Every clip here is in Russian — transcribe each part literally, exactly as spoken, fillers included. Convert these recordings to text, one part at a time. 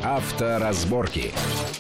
Авторазборки.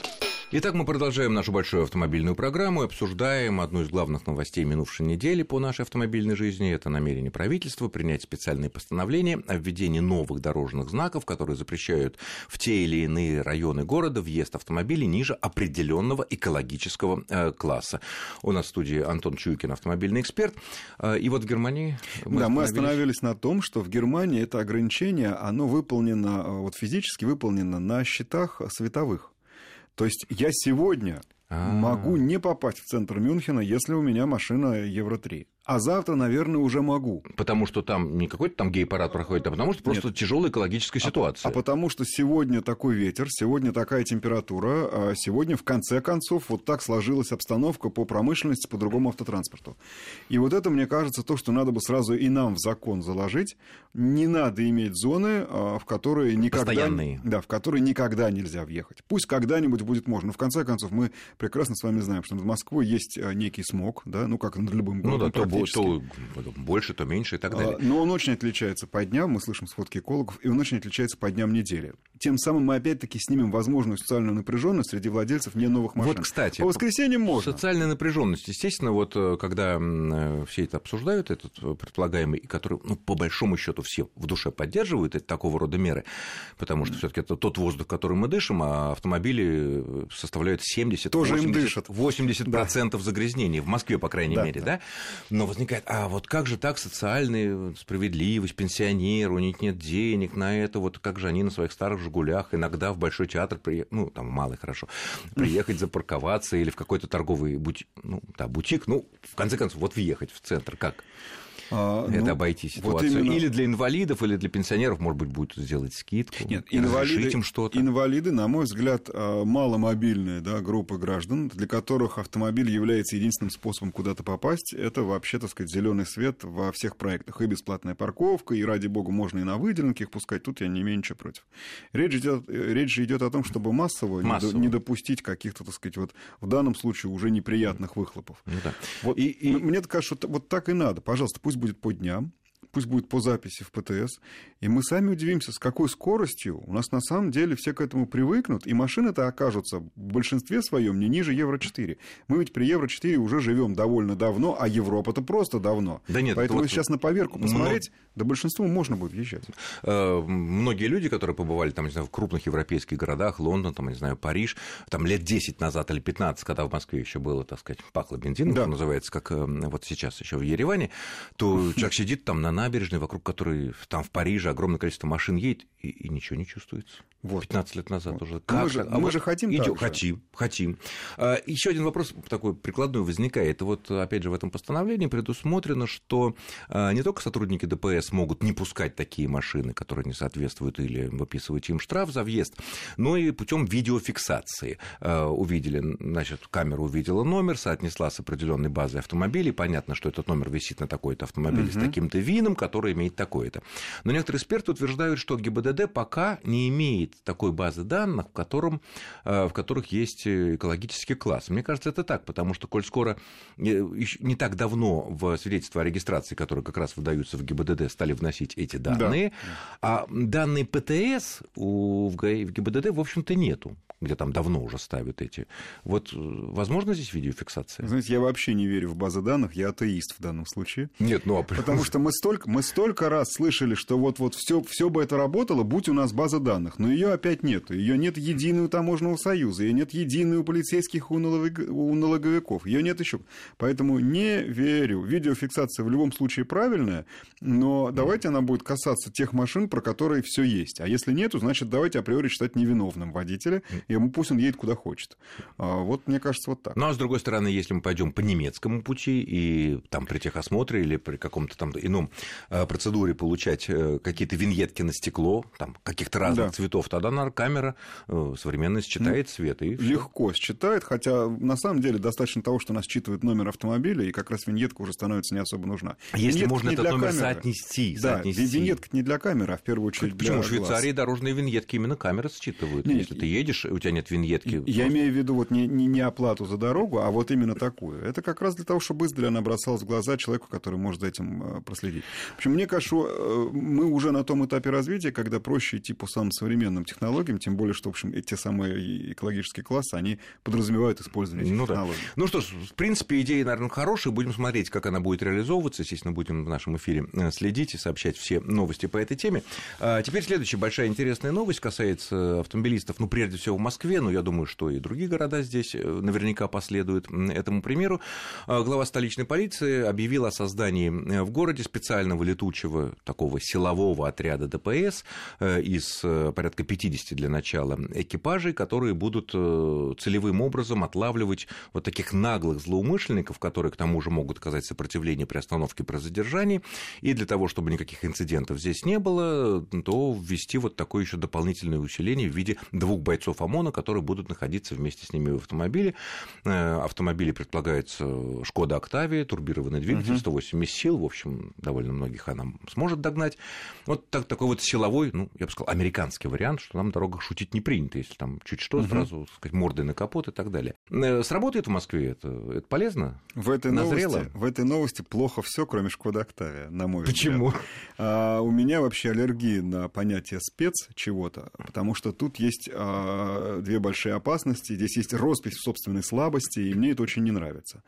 Итак, мы продолжаем нашу большую автомобильную программу и обсуждаем одну из главных новостей минувшей недели по нашей автомобильной жизни. Это намерение правительства принять специальные постановления о введении новых дорожных знаков, которые запрещают в те или иные районы города въезд автомобилей ниже определенного экологического э, класса. У нас в студии Антон Чуйкин, автомобильный эксперт. Э, и вот в Германии... Мы да, мы остановились на том, что в Германии это ограничение, оно выполнено, вот физически выполнено на счетах световых. То есть я сегодня А-а-а. могу не попасть в центр Мюнхена, если у меня машина Евро три. А завтра, наверное, уже могу. Потому что там не какой-то там гей-парад проходит, а потому что просто Нет. тяжелая экологическая ситуация. А, а потому что сегодня такой ветер, сегодня такая температура, а сегодня, в конце концов, вот так сложилась обстановка по промышленности, по другому автотранспорту. И вот это, мне кажется, то, что надо бы сразу и нам в закон заложить. Не надо иметь зоны, в которые никогда, Постоянные. Да, в которые никогда нельзя въехать. Пусть когда-нибудь будет можно. Но в конце концов, мы прекрасно с вами знаем, что над Москвой есть некий смог, да, ну как над любым городом. Ну, да, то то больше, то меньше и так далее. Но он очень отличается по дням, мы слышим сводки экологов, и он очень отличается по дням недели. Тем самым мы опять-таки снимем возможную социальную напряженность среди владельцев не новых машин. Вот, кстати, по воскресеньям можно. Социальная напряженность, естественно, вот когда все это обсуждают, этот предполагаемый, который, ну, по большому счету все в душе поддерживают это, такого рода меры, потому что все-таки это тот воздух, который мы дышим, а автомобили составляют семьдесят восемьдесят процентов загрязнений, в Москве, по крайней да, мере, да? да? Но возникает, а вот как же так социальная справедливость, пенсионеры, у них нет денег на это, вот как же они на своих старых «Жигулях» иногда в большой театр, приехать, ну, там, малый, хорошо, приехать, запарковаться или в какой-то торговый бутик, ну, да, бутик, ну, в конце концов, вот въехать в центр, как? А, это ну, обойти ситуацию. Вот именно... Или для инвалидов, или для пенсионеров, может быть, будет сделать скидку. Нет, инвалиды, им что-то. Инвалиды, на мой взгляд, маломобильная, да, группа граждан, для которых автомобиль является единственным способом куда-то попасть. Это вообще, так сказать, зеленый свет во всех проектах. И бесплатная парковка, и, ради бога, можно и на выделенке их пускать. Тут я не имею ничего против. Речь идет, речь же идет о том, чтобы массово, массово. Не допустить каких-то, так сказать, вот в данном случае уже неприятных выхлопов. Ну, да. Вот, и, и... Мне кажется, что вот так и надо. Пожалуйста, пусть будет по дням, пусть будет по записи в ПТС, и мы сами удивимся, с какой скоростью у нас на самом деле все к этому привыкнут, и машины-то окажутся в большинстве своем не ниже Евро четыре. Мы ведь при Евро четыре уже живем довольно давно, а Европа-то просто давно. Да нет, поэтому вот сейчас на поверку посмотреть, много... да большинству можно будет въезжать. Многие люди, которые побывали там, не знаю, в крупных европейских городах, Лондон, там, не знаю, Париж, там лет десять назад или пятнадцать, когда в Москве еще было, так сказать, пахло бензином, да. Что называется, как вот сейчас еще в Ереване, то человек сидит там на набережной, вокруг которой там в Париже огромное количество машин едет, и, и ничего не чувствуется. Вот. пятнадцать лет назад вот. Уже. Как мы же, а мы вот же хотим идём, так же. Хотим, хотим. А, еще один вопрос такой прикладной возникает. Вот, опять же, в этом постановлении предусмотрено, что а, не только сотрудники ДПС могут не пускать такие машины, которые не соответствуют, или выписывать им штраф за въезд, но и путем видеофиксации. А, увидели, значит, камера увидела номер, соотнесла с определенной базой автомобилей. Понятно, что этот номер висит на такой-то автомобиле угу. с таким-то ВИНом, который имеет такое-то. Но некоторые эксперты утверждают, что ГИБДД пока не имеет такой базы данных, в, котором, в которых есть экологический класс. Мне кажется, это так, потому что, коль скоро не так давно в свидетельство о регистрации, которые как раз выдаются в ГИБДД, стали вносить эти данные, да. А данные ПТС у, в ГИБДД, в общем-то, нету, где там давно уже ставят эти. Вот, возможно, здесь видеофиксация? Знаете, я вообще не верю в базы данных, я атеист в данном случае. Нет, ну а потому что мы столько, мы столько раз слышали, что вот-вот все, все бы это работало, будь у нас база данных, но ее опять нету. Ее нет единой у Таможенного союза, ее нет единой у полицейских, у налоговиков, ее нет еще. Поэтому не верю. Видеофиксация в любом случае правильная, но давайте она будет касаться тех машин, про которые все есть. А если нету, значит, давайте априори считать невиновным водителя, и ему пусть он едет куда хочет. Вот, мне кажется, вот так. Ну, а с другой стороны, если мы пойдем по немецкому пути и там при техосмотре или при каком-то там ином процедуре получать какие-то виньетки на стекло, там каких-то разных да. цветов, тогда наверное, камера современно считает цвет. И легко считает, хотя на самом деле достаточно того, что она считывает номер автомобиля, и как раз виньетка уже становится не особо нужна. Если виньетка можно этот номер камеры. соотнести. Да, соотнести. Виньетка не для камеры, а в первую очередь Почему? для В Швейцарии глаз. Дорожные виньетки именно камеры считывают. Нет, если ты едешь, у у тебя нет виньетки. Я просто... имею в виду вот не, не, не оплату за дорогу, а вот именно такую. Это как раз для того, чтобы издали она бросалась в глаза человеку, который может за этим проследить. В общем, мне кажется, мы уже на том этапе развития, когда проще идти по самым современным технологиям, тем более, что, в общем, эти самые экологические классы, они подразумевают использование этих ну, технологий. Да. Ну что ж, в принципе, идея, наверное, хорошая. Будем смотреть, как она будет реализовываться. Естественно, будем в нашем эфире следить и сообщать все новости по этой теме. А теперь следующая большая интересная новость касается автомобилистов, ну, прежде всего, в Москве, но я думаю, что и другие города здесь наверняка последуют этому примеру. Глава столичной полиции объявил о создании в городе специального летучего такого силового отряда ДПС из порядка пятидесяти для начала экипажей, которые будут целевым образом отлавливать вот таких наглых злоумышленников, которые, к тому же, могут оказать сопротивление при остановке, при задержании. И для того, чтобы никаких инцидентов здесь не было, то ввести вот такое еще дополнительное усиление в виде двух бойцов ОМОНа, которые будут находиться вместе с ними в автомобиле. Автомобиле предполагается Шкода Октавия, турбированный двигатель, сто восемьдесят сил, в общем, довольно многих она сможет догнать. Вот так, такой вот силовой, ну, я бы сказал, американский вариант, что нам на дорогах шутить не принято, если там чуть что, uh-huh. сразу, так сказать, мордой на капот и так далее. Сработает в Москве это? Это полезно? В этой, новости, в этой новости плохо все, кроме Шкода Октавия, на мой Почему? взгляд. Почему? А, у меня вообще аллергия на понятие спец чего-то, потому что тут есть а, две большие опасности. Здесь есть роспись в собственной слабости, и мне это очень не нравится.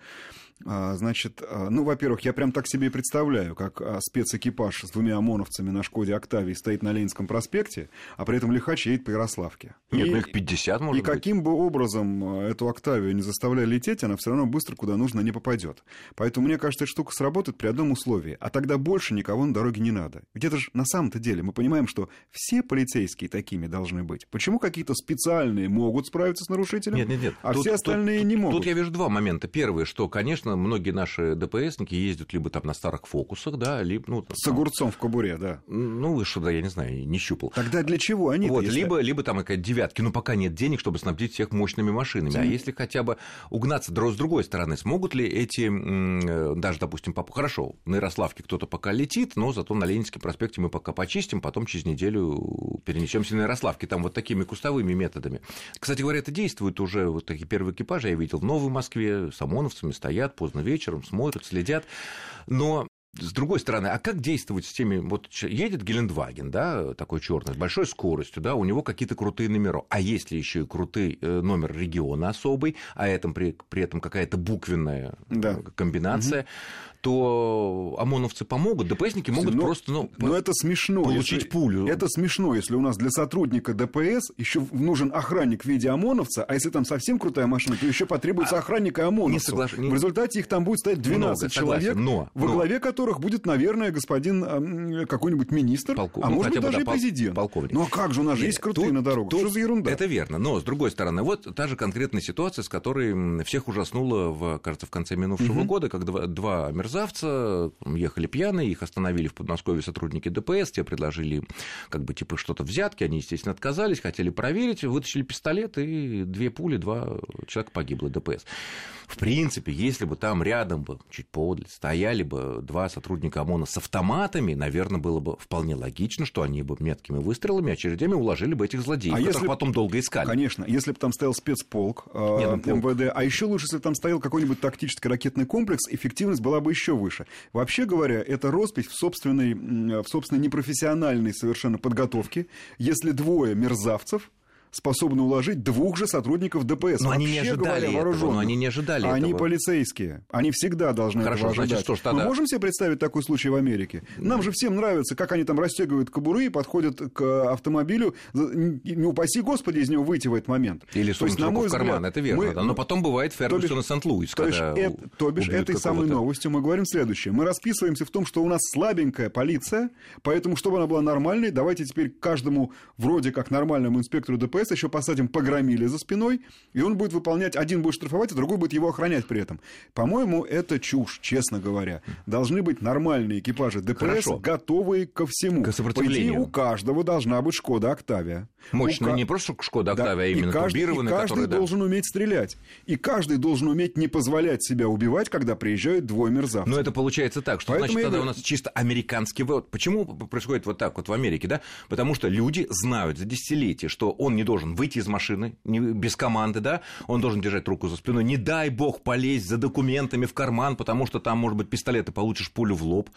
Значит, ну, во-первых, я прям так себе и представляю, как спецэкипаж с двумя ОМОНовцами на Шкоде Октавии стоит на Ленинском проспекте, а при этом лихач едет по Ярославке. Нет, и, ну их пятьдесят, может и быть. И каким бы образом эту Октавию не заставляя лететь, она все равно быстро куда нужно не попадет. Поэтому, мне кажется, эта штука сработает при одном условии, а тогда больше никого на дороге не надо. Ведь это же на самом-то деле мы понимаем, что все полицейские такими должны быть. Почему какие-то специальные могут справиться с нарушителем, нет, нет, нет. а тут, все остальные тут, не могут? Тут я вижу два момента. Первое, что, конечно, многие наши ДПСники ездят либо там на старых фокусах, да, либо... Ну, с огурцом в кобуре, да. Ну, что, да, я не знаю, не щупал. Тогда для чего они? Вот, если... либо, либо там какая-то девятки, но пока нет денег, чтобы снабдить всех мощными машинами. Mm. А если хотя бы угнаться с другой стороны, смогут ли эти, даже, допустим, по... хорошо, на Ярославке кто-то пока летит, но зато на Ленинском проспекте мы пока почистим, потом через неделю перенесемся на Ярославке, там вот такими кустовыми методами. Кстати говоря, это действует уже, вот такие первые экипажи я видел в Новой Москве, с ОМОНовцами стоят поздно вечером, смотрят, следят, но с другой стороны, а как действовать с теми, вот едет Гелендваген, да, такой черный, с большой скоростью, да, у него какие-то крутые номера, а если еще и крутый номер региона особый, а этом, при, при этом какая-то буквенная да. комбинация, угу. то ОМОНовцы помогут, ДПСники могут но, просто ну, но это смешно, получить если, пулю. Это смешно, если у нас для сотрудника ДПС еще нужен охранник в виде ОМОНовца, а если там совсем крутая машина, то еще потребуется а, охранник и ОМОНовцев. Соглаш... В результате их там будет стоять двенадцать много, человек, согласен, но, во но... главе которых будет, наверное, господин э, какой-нибудь министр, Полку... а ну, может быть даже бы, и президент. Полковник. Ну а как же, у нас же есть крутые тут, на дорогах, что за ерунда? Это верно, но с другой стороны, вот та же конкретная ситуация, с которой всех ужаснула, в, кажется, в конце минувшего угу. года, когда два, два мерзавца ехали пьяные, их остановили в Подмосковье сотрудники ДПС, те предложили как бы типа что-то взятки, они, естественно, отказались, хотели проверить, вытащили пистолет, и две пули, два человека погибло, ДПС. В принципе, если бы там рядом бы, чуть поодаль, стояли бы два сотрудника ОМОНа с автоматами, наверное, было бы вполне логично, что они бы меткими выстрелами, очередями уложили бы этих злодеев, а которых если... потом долго искали. Конечно, если бы там стоял спецполк, э, Нет, ну, МВД, а еще лучше, если бы там стоял какой-нибудь тактический ракетный комплекс, эффективность была бы еще выше. Вообще говоря, это роспись в собственной, в собственной непрофессиональной совершенно подготовке, если двое мерзавцев способны уложить двух же сотрудников ДПС. Но они не ожидали говоря, этого. Но они не ожидали они этого. полицейские. Они всегда должны Хорошо, этого ожидать. Значит, что ж, тогда... Мы можем себе представить такой случай в Америке? Нам же всем нравится, как они там расстегивают кобуры и подходят к автомобилю. Не упаси Господи из него выйти в этот момент. Или сунуть руку в карман, это верно. Мы... Да. Но потом бывает Фергюсон и Сент-Луис. То бишь, это, то бишь этой самой новостью мы говорим следующее. Мы расписываемся в том, что у нас слабенькая полиция, поэтому, чтобы она была нормальной, давайте теперь каждому вроде как нормальному инспектору ДПС еще посадим погромили за спиной, и он будет выполнять, один будет штрафовать, а другой будет его охранять при этом. По-моему, это чушь, честно говоря. Должны быть нормальные экипажи ДПС, Хорошо. готовые ко всему. К сопротивлению. По идее, у каждого должна быть Шкода Октавия. Мощная, У... не просто Шкода Октавия, да, а именно турбированная. И каждый которая, должен да. уметь стрелять. И каждый должен уметь не позволять себя убивать, когда приезжают двое мерзавцев. Но это получается так, что, Поэтому значит, тогда я... у нас чисто американский вывод. Почему происходит вот так вот в Америке, да? Потому что люди знают за десятилетия, что он не должен выйти из машины не, без команды, да? Он должен держать руку за спиной. Не дай бог полезть за документами в карман, потому что там, может быть, пистолет, и получишь пулю в лоб.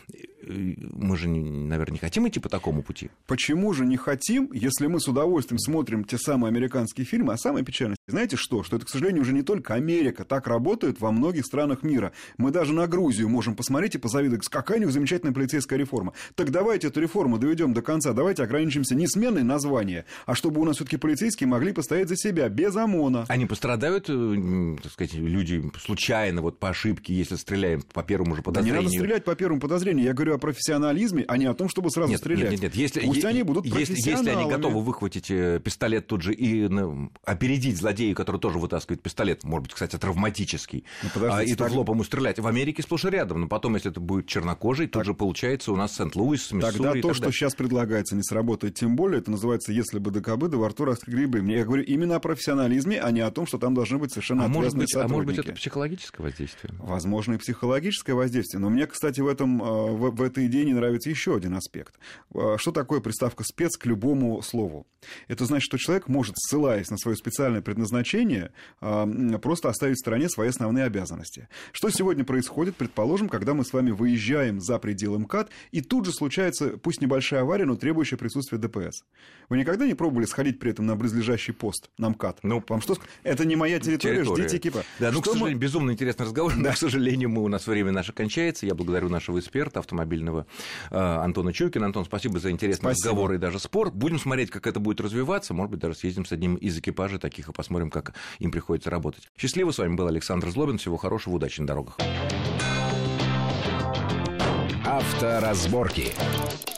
Мы же, наверное, не хотим идти по такому пути. Почему же не хотим, если мы с удовольствием смотрим те самые американские фильмы? А самое печальное, знаете что? Что это, к сожалению, уже не только Америка. Так работает во многих странах мира. Мы даже на Грузию можем посмотреть и позавидовать. Какая у них замечательная полицейская реформа. Так давайте эту реформу доведем до конца. Давайте ограничимся не сменой названия, а чтобы у нас все-таки полицейские могли постоять за себя, без ОМОНа. Они пострадают, так сказать, люди случайно, вот по ошибке, если стреляем по первому же подозрению? Да не надо стрелять по первому подозрению. Я говорю о профессионализме, а не о том, чтобы сразу нет, стрелять. Нет, нет, нет. Если, Пусть е- они будут если, профессионалами. если они готовы выхватить пистолет тут же и ну, опередить злодея, который тоже вытаскивает пистолет, может быть, кстати, травматический, ну, а, и тут так... в лоб ему стрелять. В Америке сплошь и рядом. Но потом, если это будет чернокожий, так... тут же получается у нас Сент-Луис, Миссури. Тогда и то, так что далее. сейчас предлагается, не сработает. Тем более, это называется «если бы до кобы, да во рту раскрыли бы». Я говорю именно о профессионализме, а не о том, что там должны быть совершенно а отвязные может быть, сотрудники. А может быть, это психологическое воздействие? Возможно, и психологическое воздействие. Но мне, кстати, в, этом, в, в этой идее не нравится еще один аспект. Что такое приставка «спец» к любому слову? Это значит, что человек может, ссылаясь на свое специальное предназначение, просто оставить в стороне свои основные обязанности. Что сегодня происходит, предположим, когда мы с вами выезжаем за пределы МКАД, и тут же случается, пусть небольшая авария, но требующая присутствия ДПС. Вы никогда не пробовали сходить при этом на близлежащий пост, на МКАД? Ну, вам что? Это не моя территория, территория. Ждите экипа. Да, ну, что к сожалению, мы... безумно интересный разговор, да. Но, к сожалению, мы, у нас время наше кончается. Я благодарю нашего эксперта автомобильного э, Антона Чуйкина. Антон, спасибо за интересный спасибо. разговор и даже спор. Будем смотреть, как это будет развиваться. Может быть, даже съездим с одним из экипажей таких и посмотрим, как им приходится работать. Счастливо. С вами был Александр Злобин. Всего хорошего, удачи на дорогах. Авторазборки.